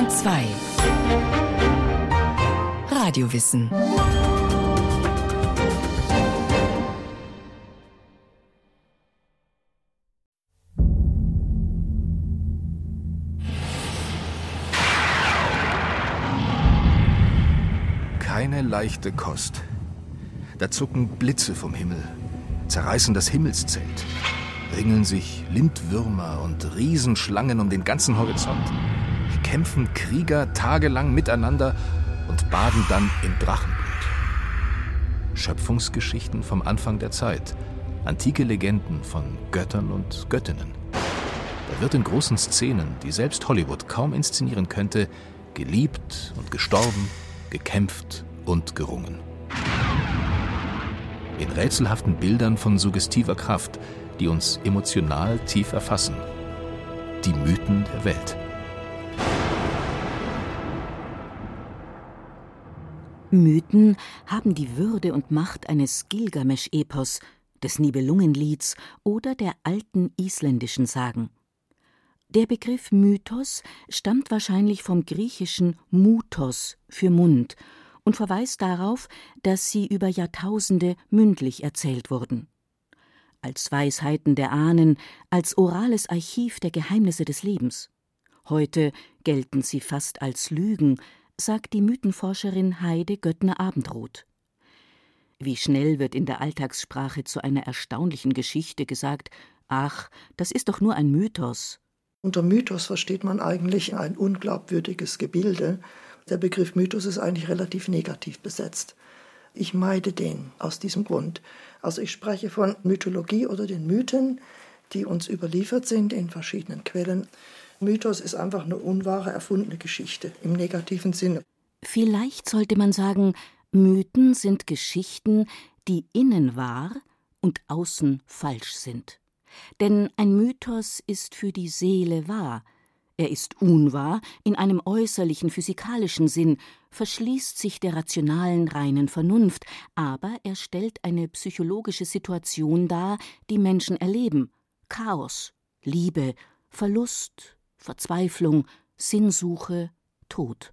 Bayern 2 Radiowissen. Keine leichte Kost. Da zucken Blitze vom Himmel, zerreißen das Himmelszelt, ringeln sich Lindwürmer und Riesenschlangen um den ganzen Horizont, kämpfen Krieger tagelang miteinander und baden dann in Drachenblut. Schöpfungsgeschichten vom Anfang der Zeit, antike Legenden von Göttern und Göttinnen. Da wird in großen Szenen, die selbst Hollywood kaum inszenieren könnte, geliebt und gestorben, gekämpft und gerungen. In rätselhaften Bildern von suggestiver Kraft, die uns emotional tief erfassen. Die Mythen der Welt. Mythen haben die Würde und Macht eines Gilgamesch-Epos, des Nibelungenlieds oder der alten isländischen Sagen. Der Begriff Mythos stammt wahrscheinlich vom griechischen Mutos für Mund und verweist darauf, dass sie über Jahrtausende mündlich erzählt wurden. Als Weisheiten der Ahnen, als orales Archiv der Geheimnisse des Lebens. Heute gelten sie fast als Lügen, sagt die Mythenforscherin Heide Göttner-Abendroth. Wie schnell wird in der Alltagssprache zu einer erstaunlichen Geschichte gesagt: Ach, das ist doch nur ein Mythos. Unter Mythos versteht man eigentlich ein unglaubwürdiges Gebilde. Der Begriff Mythos ist eigentlich relativ negativ besetzt. Ich meide den aus diesem Grund. Also ich spreche von Mythologie oder den Mythen, die uns überliefert sind in verschiedenen Quellen. Mythos ist einfach eine unwahre, erfundene Geschichte im negativen Sinne. Vielleicht sollte man sagen, Mythen sind Geschichten, die innen wahr und außen falsch sind. Denn ein Mythos ist für die Seele wahr. Er ist unwahr in einem äußerlichen physikalischen Sinn, verschließt sich der rationalen, reinen Vernunft, aber er stellt eine psychologische Situation dar, die Menschen erleben. Chaos, Liebe, Verlust, Verzweiflung, Sinnsuche, Tod.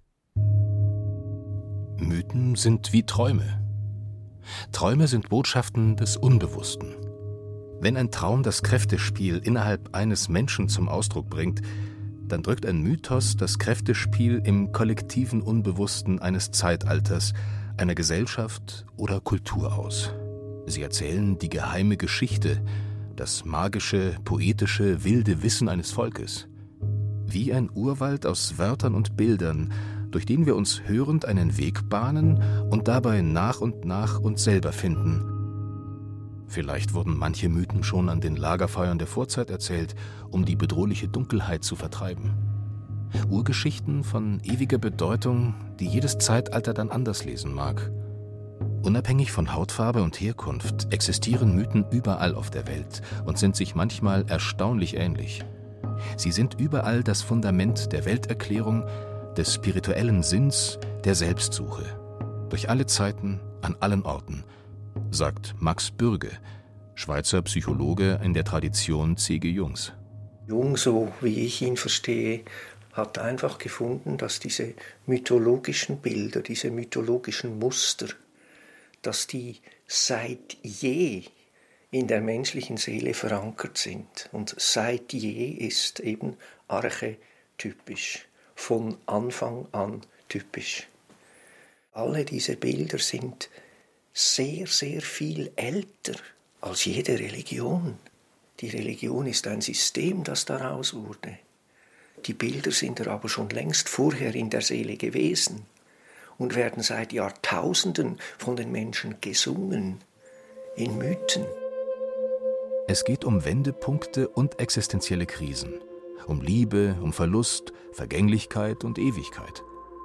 Mythen sind wie Träume. Träume sind Botschaften des Unbewussten. Wenn ein Traum das Kräftespiel innerhalb eines Menschen zum Ausdruck bringt, dann drückt ein Mythos das Kräftespiel im kollektiven Unbewussten eines Zeitalters, einer Gesellschaft oder Kultur aus. Sie erzählen die geheime Geschichte, das magische, poetische, wilde Wissen eines Volkes. Wie ein Urwald aus Wörtern und Bildern, durch den wir uns hörend einen Weg bahnen und dabei nach und nach uns selber finden. Vielleicht wurden manche Mythen schon an den Lagerfeuern der Vorzeit erzählt, um die bedrohliche Dunkelheit zu vertreiben. Urgeschichten von ewiger Bedeutung, die jedes Zeitalter dann anders lesen mag. Unabhängig von Hautfarbe und Herkunft existieren Mythen überall auf der Welt und sind sich manchmal erstaunlich ähnlich. Sie sind überall das Fundament der Welterklärung, des spirituellen Sinns, der Selbstsuche. Durch alle Zeiten, an allen Orten, sagt Max Bürge, Schweizer Psychologe in der Tradition C.G. Jungs. Jung, so wie ich ihn verstehe, hat einfach gefunden, dass diese mythologischen Bilder, diese mythologischen Muster, dass die seit je in der menschlichen Seele verankert sind. Und seit je ist eben archetypisch, von Anfang an typisch. Alle diese Bilder sind sehr, sehr viel älter als jede Religion. Die Religion ist ein System, das daraus wurde. Die Bilder sind aber schon längst vorher in der Seele gewesen und werden seit Jahrtausenden von den Menschen gesungen, in Mythen. Es geht um Wendepunkte und existenzielle Krisen, um Liebe, um Verlust, Vergänglichkeit und Ewigkeit.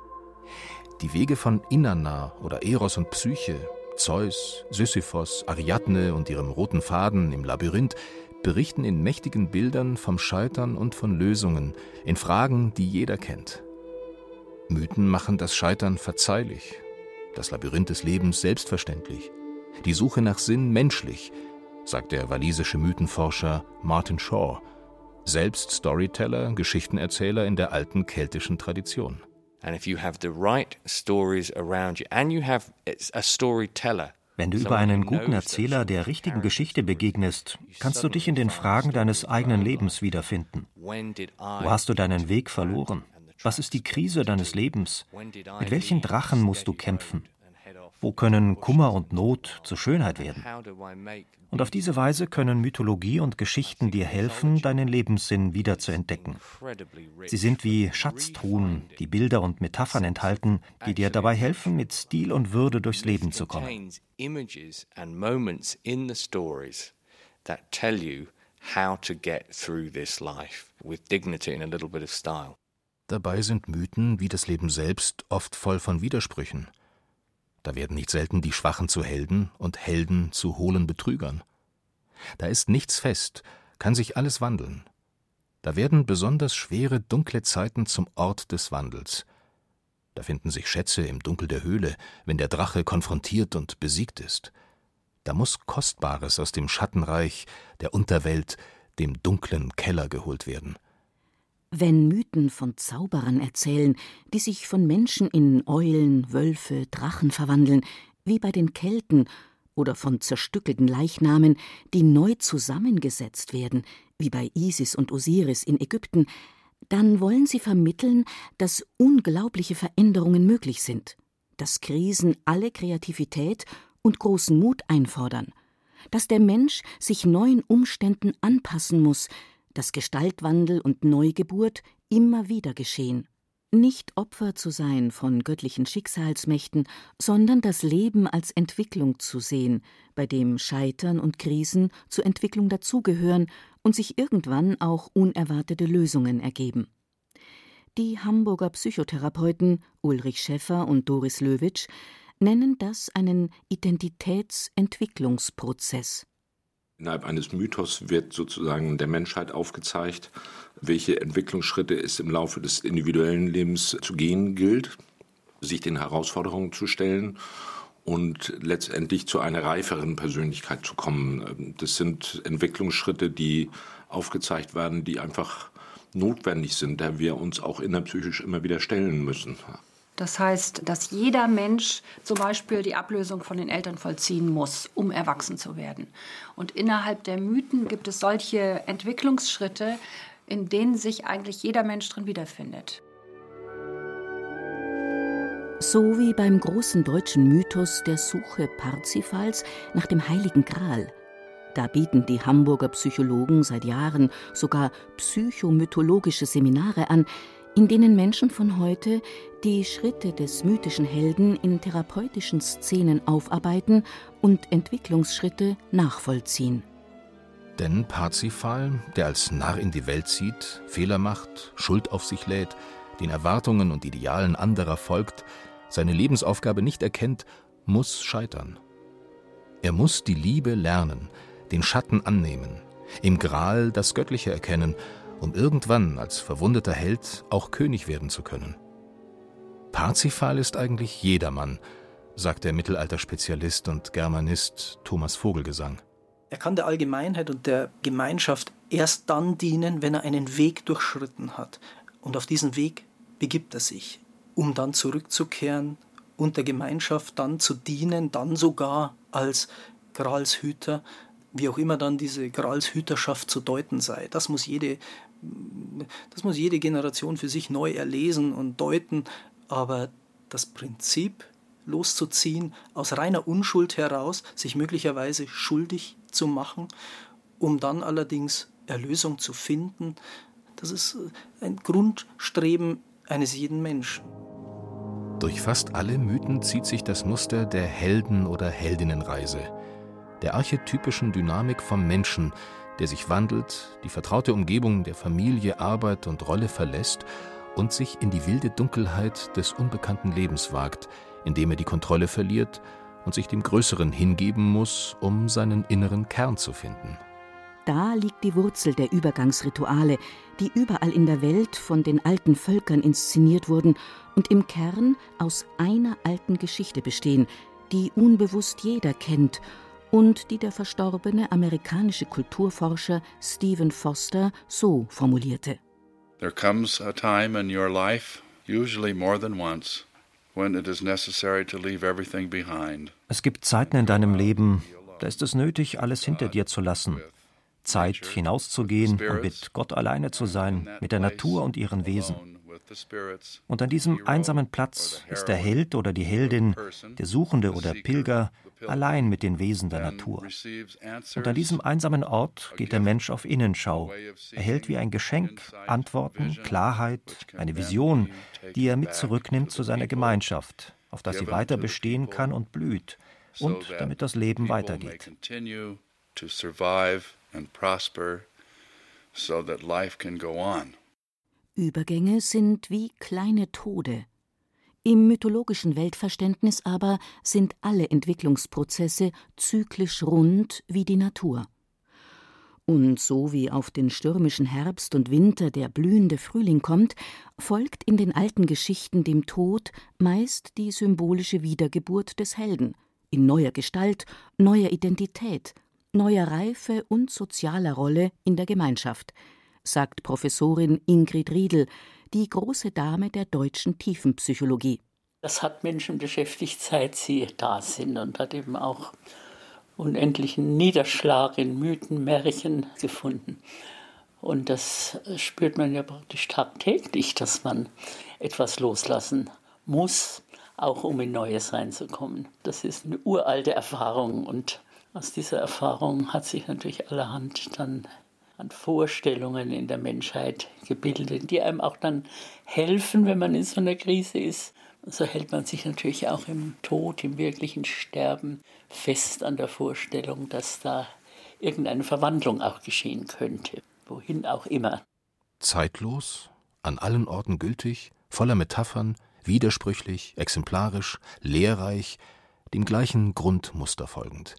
Die Wege von Inanna oder Eros und Psyche, Zeus, Sisyphos, Ariadne und ihrem roten Faden im Labyrinth berichten in mächtigen Bildern vom Scheitern und von Lösungen, in Fragen, die jeder kennt. Mythen machen das Scheitern verzeihlich, das Labyrinth des Lebens selbstverständlich, die Suche nach Sinn menschlich, sagt der walisische Mythenforscher Martin Shaw. Selbst Storyteller, Geschichtenerzähler in der alten keltischen Tradition. And if you have the right stories around you and you have a storyteller. Wenn du über einen guten Erzähler der richtigen Geschichte begegnest, kannst du dich in den Fragen deines eigenen Lebens wiederfinden. Wo hast du deinen Weg verloren? Was ist die Krise deines Lebens? Mit welchen Drachen musst du kämpfen? Wo können Kummer und Not zur Schönheit werden? Und auf diese Weise können Mythologie und Geschichten dir helfen, deinen Lebenssinn wieder zu entdecken. Sie sind wie Schatztruhen, die Bilder und Metaphern enthalten, die dir dabei helfen, mit Stil und Würde durchs Leben zu kommen. Dabei sind Mythen, wie das Leben selbst, oft voll von Widersprüchen. Da werden nicht selten die Schwachen zu Helden und Helden zu hohlen Betrügern. Da ist nichts fest, kann sich alles wandeln. Da werden besonders schwere, dunkle Zeiten zum Ort des Wandels. Da finden sich Schätze im Dunkel der Höhle, wenn der Drache konfrontiert und besiegt ist. Da muss Kostbares aus dem Schattenreich, der Unterwelt, dem dunklen Keller geholt werden. Wenn Mythen von Zauberern erzählen, die sich von Menschen in Eulen, Wölfe, Drachen verwandeln, wie bei den Kelten, oder von zerstückelten Leichnamen, die neu zusammengesetzt werden, wie bei Isis und Osiris in Ägypten, dann wollen sie vermitteln, dass unglaubliche Veränderungen möglich sind, dass Krisen alle Kreativität und großen Mut einfordern, dass der Mensch sich neuen Umständen anpassen muss, dass Gestaltwandel und Neugeburt immer wieder geschehen. Nicht Opfer zu sein von göttlichen Schicksalsmächten, sondern das Leben als Entwicklung zu sehen, bei dem Scheitern und Krisen zur Entwicklung dazugehören und sich irgendwann auch unerwartete Lösungen ergeben. Die Hamburger Psychotherapeuten Ulrich Schäffer und Doris Löwitsch nennen das einen Identitätsentwicklungsprozess. Innerhalb eines Mythos wird sozusagen der Menschheit aufgezeigt, welche Entwicklungsschritte es im Laufe des individuellen Lebens zu gehen gilt, sich den Herausforderungen zu stellen und letztendlich zu einer reiferen Persönlichkeit zu kommen. Das sind Entwicklungsschritte, die aufgezeigt werden, die einfach notwendig sind, der wir uns auch innerpsychisch immer wieder stellen müssen. Das heißt, dass jeder Mensch zum Beispiel die Ablösung von den Eltern vollziehen muss, um erwachsen zu werden. Und innerhalb der Mythen gibt es solche Entwicklungsschritte, in denen sich eigentlich jeder Mensch drin wiederfindet. So wie beim großen deutschen Mythos der Suche Parzifals nach dem Heiligen Gral. Da bieten die Hamburger Psychologen seit Jahren sogar psychomythologische Seminare an, in denen Menschen von heute die Schritte des mythischen Helden in therapeutischen Szenen aufarbeiten und Entwicklungsschritte nachvollziehen. Denn Parzifal, der als Narr in die Welt zieht, Fehler macht, Schuld auf sich lädt, den Erwartungen und Idealen anderer folgt, seine Lebensaufgabe nicht erkennt, muss scheitern. Er muss die Liebe lernen, den Schatten annehmen, im Gral das Göttliche erkennen, um irgendwann als verwundeter Held auch König werden zu können. Parzifal ist eigentlich jedermann, sagt der Mittelalterspezialist und Germanist Thomas Vogelgesang. Er kann der Allgemeinheit und der Gemeinschaft erst dann dienen, wenn er einen Weg durchschritten hat. Und auf diesen Weg begibt er sich, um dann zurückzukehren und der Gemeinschaft dann zu dienen, dann sogar als Gralshüter, wie auch immer dann diese Gralshüterschaft zu deuten sei. Das muss jede Generation für sich neu erlesen und deuten, aber das Prinzip loszuziehen, aus reiner Unschuld heraus, sich möglicherweise schuldig zu machen, um dann allerdings Erlösung zu finden, das ist ein Grundstreben eines jeden Menschen. Durch fast alle Mythen zieht sich das Muster der Helden- oder Heldinnenreise, der archetypischen Dynamik vom Menschen, der sich wandelt, die vertraute Umgebung der Familie, Arbeit und Rolle verlässt und sich in die wilde Dunkelheit des unbekannten Lebens wagt, indem er die Kontrolle verliert und sich dem Größeren hingeben muss, um seinen inneren Kern zu finden. Da liegt die Wurzel der Übergangsrituale, die überall in der Welt von den alten Völkern inszeniert wurden und im Kern aus einer alten Geschichte bestehen, die unbewusst jeder kennt und die der verstorbene amerikanische Kulturforscher Stephen Foster so formulierte: There comes a time in your life, usually more than once, when it is necessary to leave everything behind. Es gibt Zeiten in deinem Leben, da ist es nötig, alles hinter dir zu lassen. Zeit, hinauszugehen und mit Gott alleine zu sein, mit der Natur und ihren Wesen. Und an diesem einsamen Platz ist der Held oder die Heldin, der Suchende oder Pilger, allein mit den Wesen der Natur. Und an diesem einsamen Ort geht der Mensch auf Innenschau, erhält wie ein Geschenk Antworten, Klarheit, eine Vision, die er mit zurücknimmt zu seiner Gemeinschaft, auf das sie weiter bestehen kann und blüht, und damit das Leben weitergeht. Übergänge sind wie kleine Tode. Im mythologischen Weltverständnis aber sind alle Entwicklungsprozesse zyklisch rund wie die Natur. Und so wie auf den stürmischen Herbst und Winter der blühende Frühling kommt, folgt in den alten Geschichten dem Tod meist die symbolische Wiedergeburt des Helden, in neuer Gestalt, neuer Identität, neuer Reife und sozialer Rolle in der Gemeinschaft, sagt Professorin Ingrid Riedl, die große Dame der deutschen Tiefenpsychologie. Das hat Menschen beschäftigt, seit sie da sind, und hat eben auch unendlichen Niederschlag in Mythen, Märchen gefunden. Und das spürt man ja praktisch tagtäglich, dass man etwas loslassen muss, auch um in Neues reinzukommen. Das ist eine uralte Erfahrung, und aus dieser Erfahrung hat sich natürlich allerhand dann an Vorstellungen in der Menschheit gebildet, die einem auch dann helfen, wenn man in so einer Krise ist. So hält man sich natürlich auch im Tod, im wirklichen Sterben fest an der Vorstellung, dass da irgendeine Verwandlung auch geschehen könnte, wohin auch immer. Zeitlos, an allen Orten gültig, voller Metaphern, widersprüchlich, exemplarisch, lehrreich, dem gleichen Grundmuster folgend.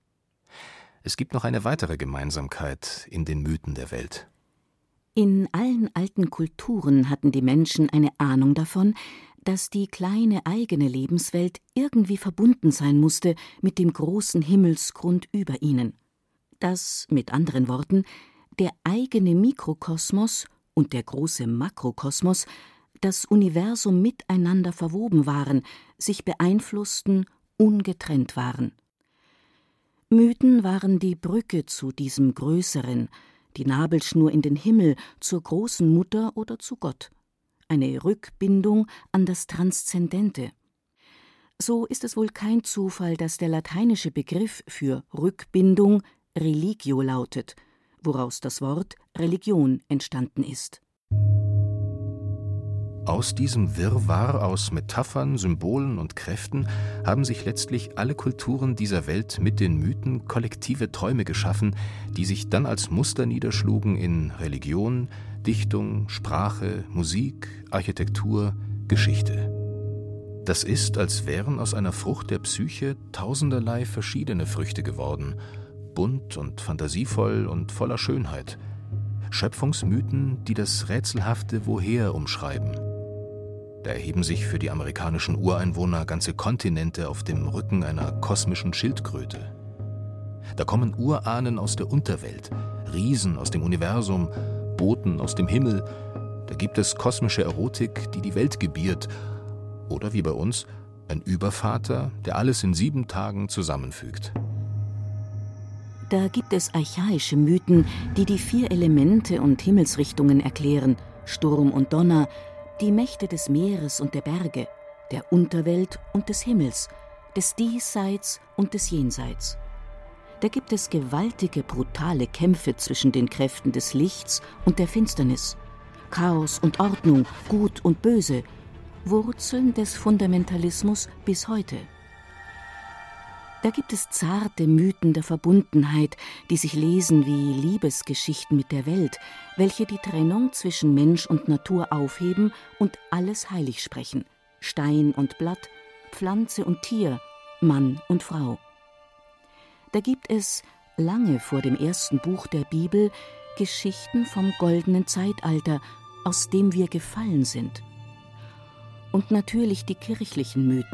Es gibt noch eine weitere Gemeinsamkeit in den Mythen der Welt. In allen alten Kulturen hatten die Menschen eine Ahnung davon, dass die kleine eigene Lebenswelt irgendwie verbunden sein musste mit dem großen Himmelsgrund über ihnen. Dass, mit anderen Worten, der eigene Mikrokosmos und der große Makrokosmos, das Universum miteinander verwoben waren, sich beeinflussten, ungetrennt waren. Mythen waren die Brücke zu diesem Größeren, die Nabelschnur in den Himmel, zur großen Mutter oder zu Gott. Eine Rückbindung an das Transzendente. So ist es wohl kein Zufall, dass der lateinische Begriff für Rückbindung Religio lautet, woraus das Wort Religion entstanden ist. Aus diesem Wirrwarr aus Metaphern, Symbolen und Kräften haben sich letztlich alle Kulturen dieser Welt mit den Mythen kollektive Träume geschaffen, die sich dann als Muster niederschlugen in Religion, Dichtung, Sprache, Musik, Architektur, Geschichte. Das ist, als wären aus einer Frucht der Psyche tausenderlei verschiedene Früchte geworden, bunt und fantasievoll und voller Schönheit. Schöpfungsmythen, die das rätselhafte Woher umschreiben. Da erheben sich für die amerikanischen Ureinwohner ganze Kontinente auf dem Rücken einer kosmischen Schildkröte. Da kommen Urahnen aus der Unterwelt, Riesen aus dem Universum, Boten aus dem Himmel. Da gibt es kosmische Erotik, die die Welt gebiert. Oder wie bei uns, ein Übervater, der alles in 7 Tagen zusammenfügt. Da gibt es archaische Mythen, die die 4 Elemente und Himmelsrichtungen erklären, Sturm und Donner, die Mächte des Meeres und der Berge, der Unterwelt und des Himmels, des Diesseits und des Jenseits. Da gibt es gewaltige, brutale Kämpfe zwischen den Kräften des Lichts und der Finsternis, Chaos und Ordnung, Gut und Böse, Wurzeln des Fundamentalismus bis heute. Da gibt es zarte Mythen der Verbundenheit, die sich lesen wie Liebesgeschichten mit der Welt, welche die Trennung zwischen Mensch und Natur aufheben und alles heilig sprechen. Stein und Blatt, Pflanze und Tier, Mann und Frau. Da gibt es, lange vor dem ersten Buch der Bibel, Geschichten vom goldenen Zeitalter, aus dem wir gefallen sind. Und natürlich die kirchlichen Mythen,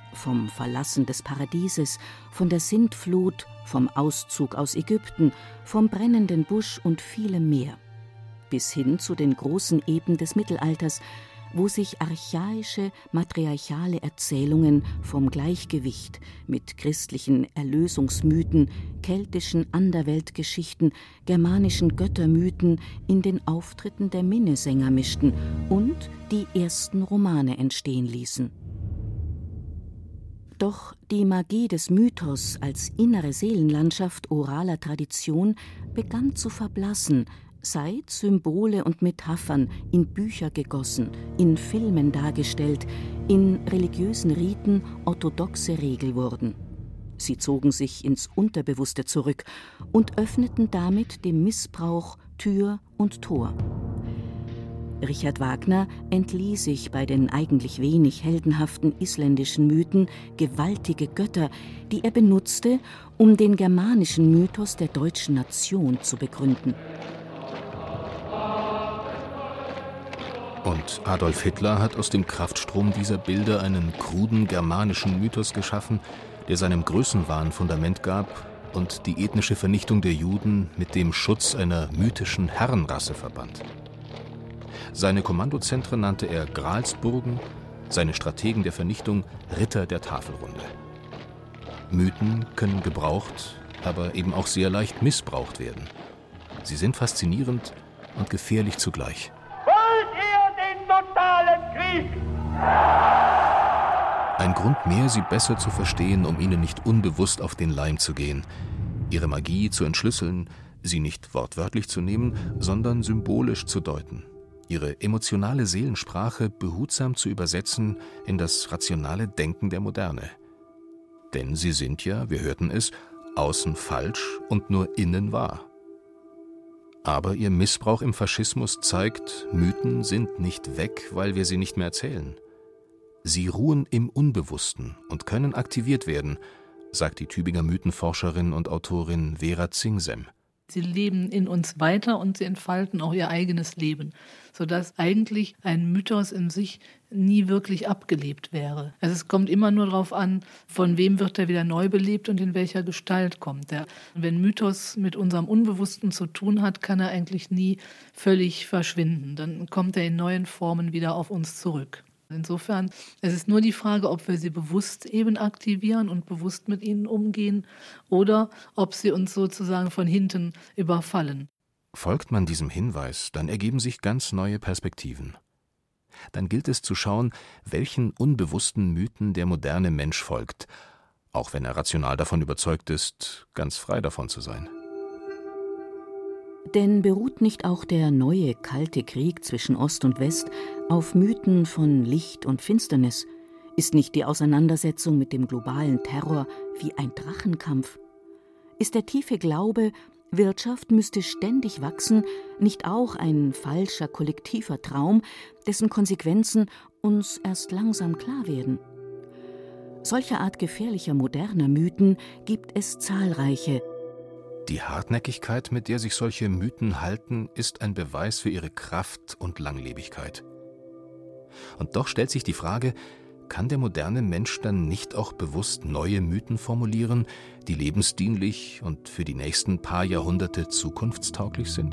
vom Verlassen des Paradieses, von der Sintflut, vom Auszug aus Ägypten, vom brennenden Busch und vielem mehr. Bis hin zu den großen Epen des Mittelalters, wo sich archaische, matriarchale Erzählungen vom Gleichgewicht mit christlichen Erlösungsmythen, keltischen Anderweltgeschichten, germanischen Göttermythen in den Auftritten der Minnesänger mischten und die ersten Romane entstehen ließen. Doch die Magie des Mythos als innere Seelenlandschaft oraler Tradition begann zu verblassen, seit Symbole und Metaphern in Bücher gegossen, in Filmen dargestellt, in religiösen Riten orthodoxe Regel wurden. Sie zogen sich ins Unterbewusste zurück und öffneten damit dem Missbrauch Tür und Tor. Richard Wagner entlieh sich bei den eigentlich wenig heldenhaften isländischen Mythen gewaltige Götter, die er benutzte, um den germanischen Mythos der deutschen Nation zu begründen. Und Adolf Hitler hat aus dem Kraftstrom dieser Bilder einen kruden germanischen Mythos geschaffen, der seinem Größenwahn Fundament gab und die ethnische Vernichtung der Juden mit dem Schutz einer mythischen Herrenrasse verband. Seine Kommandozentren nannte er Gralsburgen, seine Strategen der Vernichtung Ritter der Tafelrunde. Mythen können gebraucht, aber eben auch sehr leicht missbraucht werden. Sie sind faszinierend und gefährlich zugleich. Ein Grund mehr, sie besser zu verstehen, um ihnen nicht unbewusst auf den Leim zu gehen, ihre Magie zu entschlüsseln, sie nicht wortwörtlich zu nehmen, sondern symbolisch zu deuten, ihre emotionale Seelensprache behutsam zu übersetzen in das rationale Denken der Moderne. Denn sie sind ja, wir hörten es, außen falsch und nur innen wahr. Aber ihr Missbrauch im Faschismus zeigt, Mythen sind nicht weg, weil wir sie nicht mehr erzählen. Sie ruhen im Unbewussten und können aktiviert werden, sagt die Tübinger Mythenforscherin und Autorin Vera Zingsem. Sie leben in uns weiter und sie entfalten auch ihr eigenes Leben, sodass eigentlich ein Mythos in sich nie wirklich abgelebt wäre. Also es kommt immer nur darauf an, von wem wird er wieder neu belebt und in welcher Gestalt kommt er. Wenn Mythos mit unserem Unbewussten zu tun hat, kann er eigentlich nie völlig verschwinden. Dann kommt er in neuen Formen wieder auf uns zurück. Insofern, es ist nur die Frage, ob wir sie bewusst eben aktivieren und bewusst mit ihnen umgehen oder ob sie uns sozusagen von hinten überfallen. Folgt man diesem Hinweis, dann ergeben sich ganz neue Perspektiven. Dann gilt es zu schauen, welchen unbewussten Mythen der moderne Mensch folgt, auch wenn er rational davon überzeugt ist, ganz frei davon zu sein. Denn beruht nicht auch der neue kalte Krieg zwischen Ost und West auf Mythen von Licht und Finsternis? Ist nicht die Auseinandersetzung mit dem globalen Terror wie ein Drachenkampf? Ist der tiefe Glaube, Wirtschaft müsste ständig wachsen, nicht auch ein falscher kollektiver Traum, dessen Konsequenzen uns erst langsam klar werden? Solcher Art gefährlicher moderner Mythen gibt es zahlreiche. Die Hartnäckigkeit, mit der sich solche Mythen halten, ist ein Beweis für ihre Kraft und Langlebigkeit. Und doch stellt sich die Frage, kann der moderne Mensch dann nicht auch bewusst neue Mythen formulieren, die lebensdienlich und für die nächsten paar Jahrhunderte zukunftstauglich sind?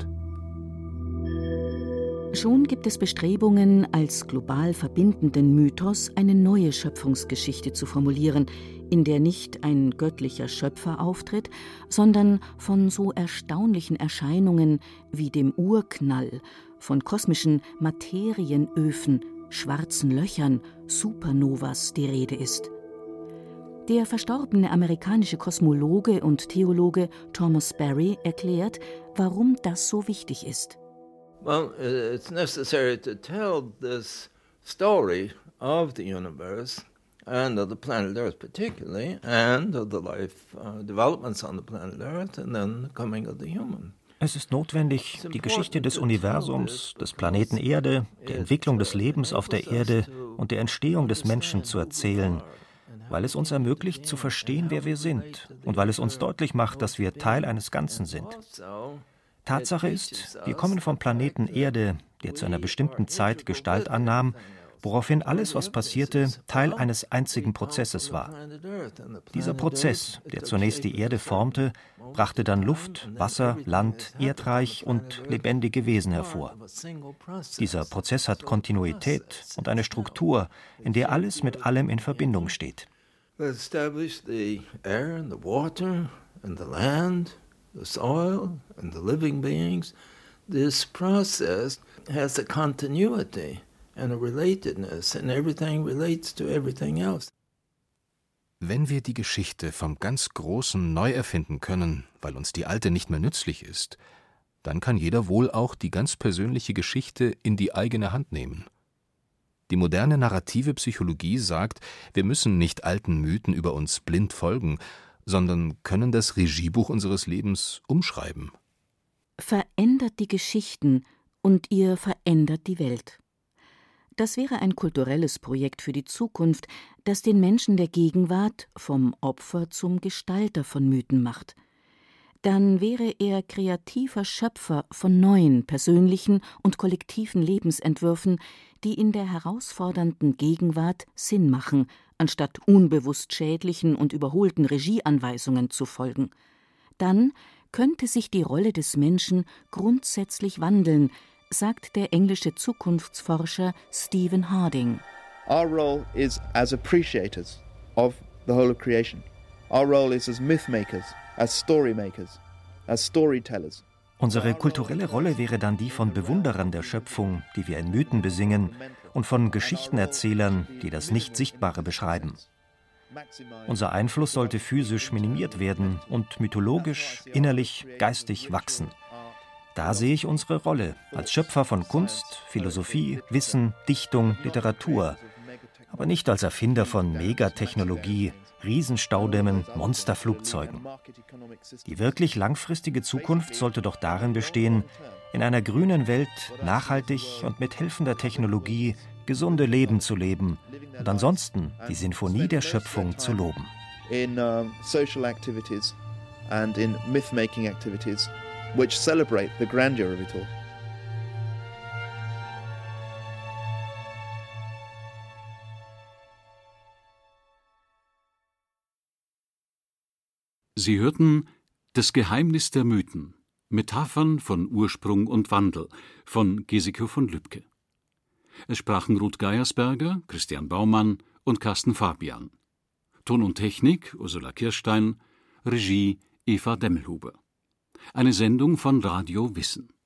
Schon gibt es Bestrebungen, als global verbindenden Mythos eine neue Schöpfungsgeschichte zu formulieren, in der nicht ein göttlicher Schöpfer auftritt, sondern von so erstaunlichen Erscheinungen wie dem Urknall, von kosmischen Materienöfen, schwarzen Löchern, Supernovas die Rede ist. Der verstorbene amerikanische Kosmologe und Theologe Thomas Berry erklärt, warum das so wichtig ist. Well, it's necessary to tell this story of the universe and of the planet Earth particularly, and of the life developments on the planet Earth, and then the coming of the human. Es ist notwendig, die Geschichte des Universums, des Planeten Erde, der Entwicklung des Lebens auf der Erde und der Entstehung des Menschen zu erzählen, weil es uns ermöglicht, zu verstehen, wer wir sind und weil es uns deutlich macht, dass wir Teil eines Ganzen sind. Tatsache ist, wir kommen vom Planeten Erde, der zu einer bestimmten Zeit Gestalt annahm woraufhin alles, was passierte, Teil eines einzigen Prozesses war. Dieser Prozess, der zunächst die Erde formte, brachte dann Luft, Wasser, Land, Erdreich und lebendige Wesen hervor. Dieser Prozess hat Kontinuität und eine Struktur, in der alles mit allem in Verbindung steht. We established the air and the water and the land, the soil and the living beings. This process has a continuity and a relatedness, and everything relates to everything else. Wenn wir die Geschichte vom ganz Großen neu erfinden können, weil uns die alte nicht mehr nützlich ist, dann kann jeder wohl auch die ganz persönliche Geschichte in die eigene Hand nehmen. Die moderne narrative Psychologie sagt, wir müssen nicht alten Mythen über uns blind folgen, sondern können das Regiebuch unseres Lebens umschreiben. Verändert die Geschichten und ihr verändert die Welt. Das wäre ein kulturelles Projekt für die Zukunft, das den Menschen der Gegenwart vom Opfer zum Gestalter von Mythen macht. Dann wäre er kreativer Schöpfer von neuen, persönlichen und kollektiven Lebensentwürfen, die in der herausfordernden Gegenwart Sinn machen, anstatt unbewusst schädlichen und überholten Regieanweisungen zu folgen. Dann könnte sich die Rolle des Menschen grundsätzlich wandeln, sagt der englische Zukunftsforscher Stephen Harding. Our role is as appreciators of the whole of creation. Our role is as mythmakers, as storymakers, as storytellers. Unsere kulturelle Rolle wäre dann die von Bewunderern der Schöpfung, die wir in Mythen besingen, und von Geschichtenerzählern, die das Nicht-Sichtbare beschreiben. Unser Einfluss sollte physisch minimiert werden und mythologisch, innerlich, geistig wachsen. Da sehe ich unsere Rolle als Schöpfer von Kunst, Philosophie, Wissen, Dichtung, Literatur, aber nicht als Erfinder von Megatechnologie, Riesenstaudämmen, Monsterflugzeugen. Die wirklich langfristige Zukunft sollte doch darin bestehen, in einer grünen Welt nachhaltig und mit helfender Technologie gesunde Leben zu leben und ansonsten die Sinfonie der Schöpfung zu loben. In social activities and in myth-making activities, which celebrate the grandeur of it all. Sie hörten Das Geheimnis der Mythen, Metaphern von Ursprung und Wandel von Gesike von Lübcke. Es sprachen Ruth Geiersberger, Christian Baumann und Carsten Fabian. Ton und Technik Ursula Kirstein, Regie Eva Demmelhuber. Eine Sendung von Radio Wissen.